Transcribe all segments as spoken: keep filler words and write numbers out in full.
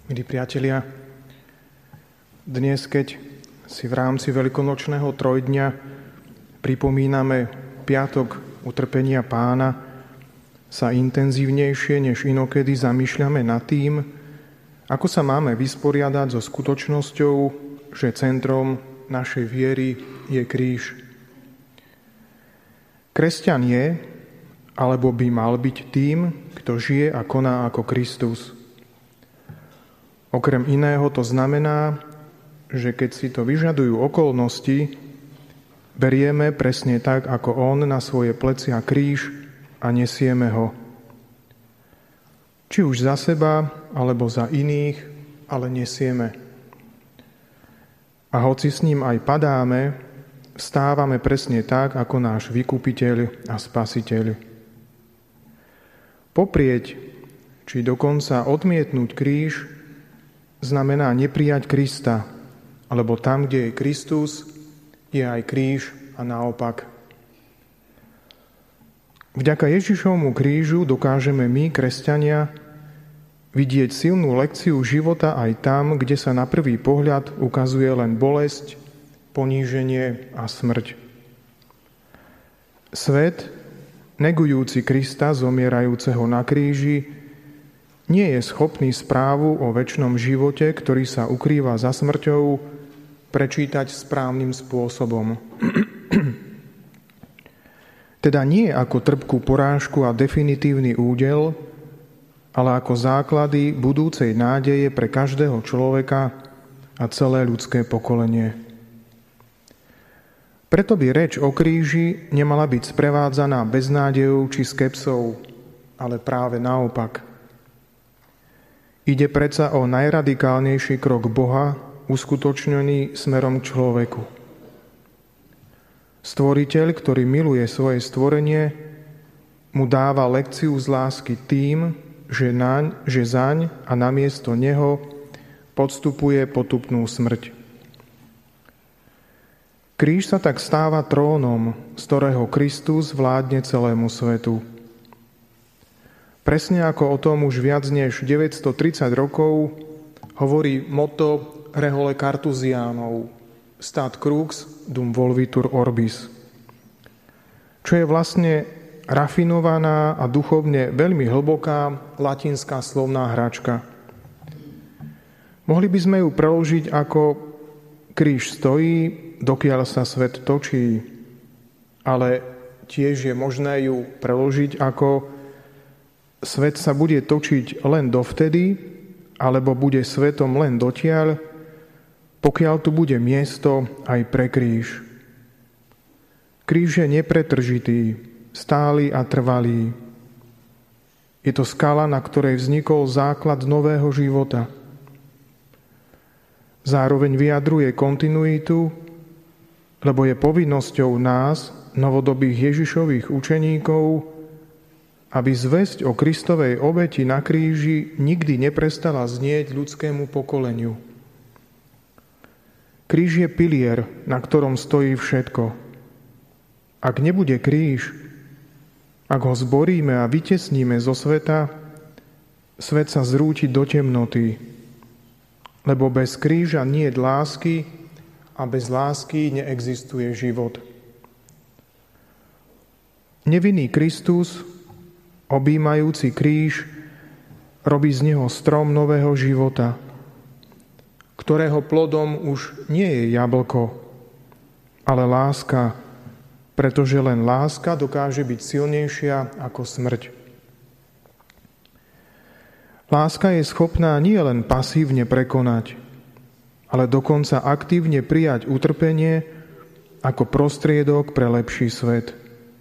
Milí priatelia, dnes, keď si v rámci veľkonočného trojdňa pripomíname piatok utrpenia Pána, sa intenzívnejšie než inokedy zamýšľame nad tým, ako sa máme vysporiadať so skutočnosťou, že centrom našej viery je kríž. Kresťan je, alebo by mal byť tým, kto žije a koná ako Kristus. Okrem iného to znamená, že keď si to vyžadujú okolnosti, berieme presne tak, ako on na svoje plecia kríž a nesieme ho. Či už za seba, alebo za iných, ale nesieme. A hoci s ním aj padáme, vstávame presne tak, ako náš vykupiteľ a spasiteľ. Poprieť, či dokonca odmietnúť kríž, znamená neprijať Krista, alebo tam, kde je Kristus, je aj kríž a naopak. Vďaka Ježišovmu krížu dokážeme my, kresťania, vidieť silnú lekciu života aj tam, kde sa na prvý pohľad ukazuje len bolesť, poníženie a smrť. Svet, negujúci Krista zomierajúceho na kríži, nie je schopný správu o večnom živote, ktorý sa ukrýva za smrťou, prečítať správnym spôsobom. Teda nie ako trpkú porážku a definitívny údel, ale ako základy budúcej nádeje pre každého človeka a celé ľudské pokolenie. Preto by reč o kríži nemala byť sprevádzaná beznádejou či skepsou, ale práve naopak. Ide predsa o najradikálnejší krok Boha, uskutočnený smerom k človeku. Stvoriteľ, ktorý miluje svoje stvorenie, mu dáva lekciu z lásky tým, že, naň, že zaň a namiesto neho podstupuje potupnú smrť. Kríž sa tak stáva trónom, z ktorého Kristus vládne celému svetu. Presne ako o tom už viac než deväťstotridsať rokov hovorí motto rehole Kartuziánov Stat crux dum volvitur orbis, čo je vlastne rafinovaná a duchovne veľmi hlboká latinská slovná hračka. Mohli by sme ju preložiť ako kríž stojí, dokiaľ sa svet točí, ale tiež je možné ju preložiť ako svet sa bude točiť len dovtedy, alebo bude svetom len dotiaľ, pokiaľ tu bude miesto aj pre kríž. Kríž je nepretržitý, stály a trvalý. Je to skala, na ktorej vznikol základ nového života. Zároveň vyjadruje kontinuitu, lebo je povinnosťou nás, novodobých Ježišových učeníkov, aby zvesť o Kristovej obeti na kríži nikdy neprestala znieť ľudskému pokoleniu. Kríž je pilier, na ktorom stojí všetko. Ak nebude kríž, ak ho zboríme a vytesníme zo sveta, svet sa zrúti do temnoty, lebo bez kríža nie je lásky a bez lásky neexistuje život. Nevinný Kristus, objímajúci kríž, robí z neho strom nového života, ktorého plodom už nie je jablko, ale láska, pretože len láska dokáže byť silnejšia ako smrť. Láska je schopná nie len pasívne prekonať, ale dokonca aktívne prijať utrpenie ako prostriedok pre lepší svet.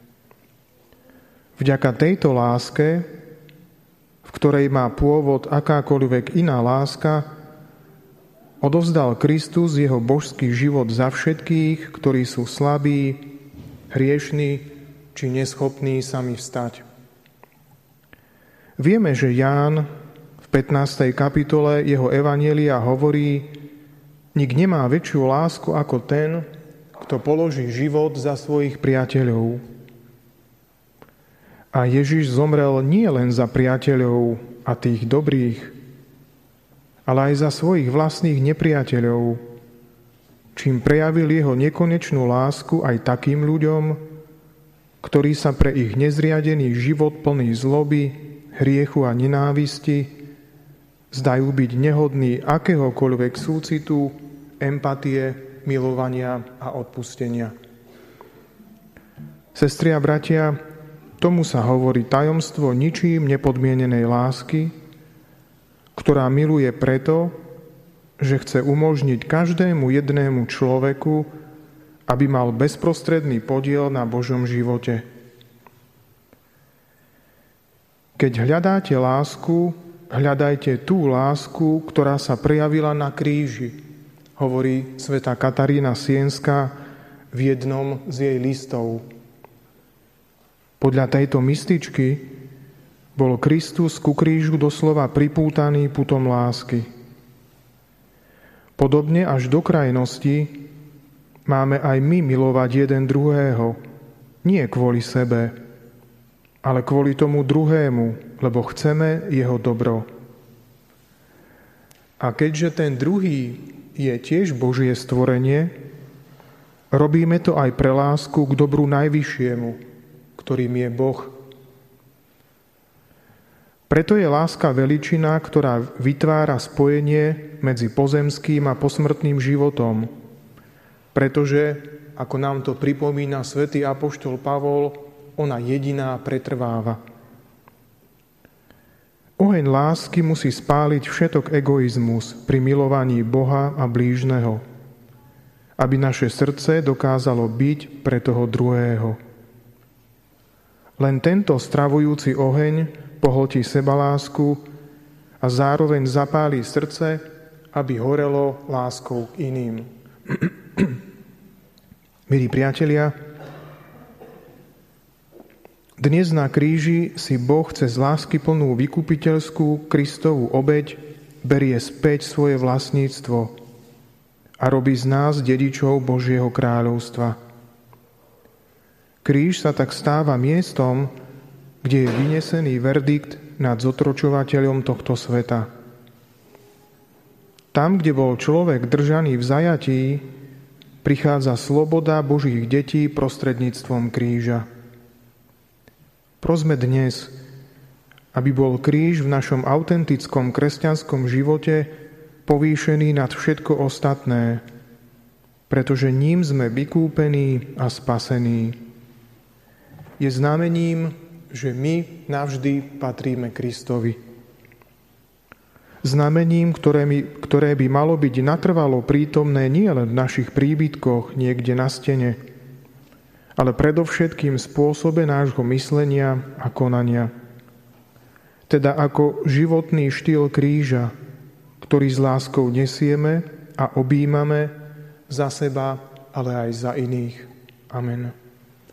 Vďaka tejto láske, v ktorej má pôvod akákoľvek iná láska, odovzdal Kristus jeho božský život za všetkých, ktorí sú slabí, hriešní či neschopní sami vstať. Vieme, že Ján v pätnástej kapitole jeho evanjelia hovorí: nik nemá väčšiu lásku ako ten, kto položí život za svojich priateľov. A Ježiš zomrel nie len za priateľov a tých dobrých, ale aj za svojich vlastných nepriateľov, čím prejavil jeho nekonečnú lásku aj takým ľuďom, ktorí sa pre ich nezriadený život plný zloby, hriechu a nenávisti zdajú byť nehodní akéhokoľvek súcitu, empatie, milovania a odpustenia. Sestri a bratia, tomu sa hovorí tajomstvo ničím nepodmienenej lásky, ktorá miluje preto, že chce umožniť každému jednému človeku, aby mal bezprostredný podiel na Božom živote. Keď hľadáte lásku, hľadajte tú lásku, ktorá sa prejavila na kríži, hovorí svätá Katarína Sienská v jednom z jej listov. Podľa tejto mystičky bol Kristus ku krížu doslova pripútaný putom lásky. Podobne až do krajnosti máme aj my milovať jeden druhého, nie kvôli sebe, ale kvôli tomu druhému, lebo chceme jeho dobro. A keďže ten druhý je tiež Božie stvorenie, robíme to aj pre lásku k dobru najvyššiemu, ktorým je Boh. Preto je láska veličina, ktorá vytvára spojenie medzi pozemským a posmrtným životom. Pretože, ako nám to pripomína svätý apoštol Pavol, ona jediná pretrváva. Oheň lásky musí spáliť všetok egoizmus pri milovaní Boha a blížneho, aby naše srdce dokázalo byť pre toho druhého. Len tento stravujúci oheň pohltí sebalásku a zároveň zapálí srdce, aby horelo láskou k iným. Milí priatelia, dnes na kríži si Boh cez láskyplnú vykupiteľskú Kristovú obeť berie späť svoje vlastníctvo a robí z nás dedičov Božieho kráľovstva. Kríž sa tak stáva miestom, kde je vynesený verdikt nad zotročovateľom tohto sveta. Tam, kde bol človek držaný v zajatí, prichádza sloboda Božích detí prostredníctvom kríža. Prosme dnes, aby bol kríž v našom autentickom kresťanskom živote povýšený nad všetko ostatné, pretože ním sme vykúpení a spasení. Je znamením, že my navždy patríme Kristovi. Znamením, ktoré, mi, ktoré by malo byť natrvalo prítomné nielen v našich príbytkoch niekde na stene, ale predovšetkým v spôsobe nášho myslenia a konania. Teda ako životný štýl kríža, ktorý s láskou nesieme a objímame za seba, ale aj za iných. Amen.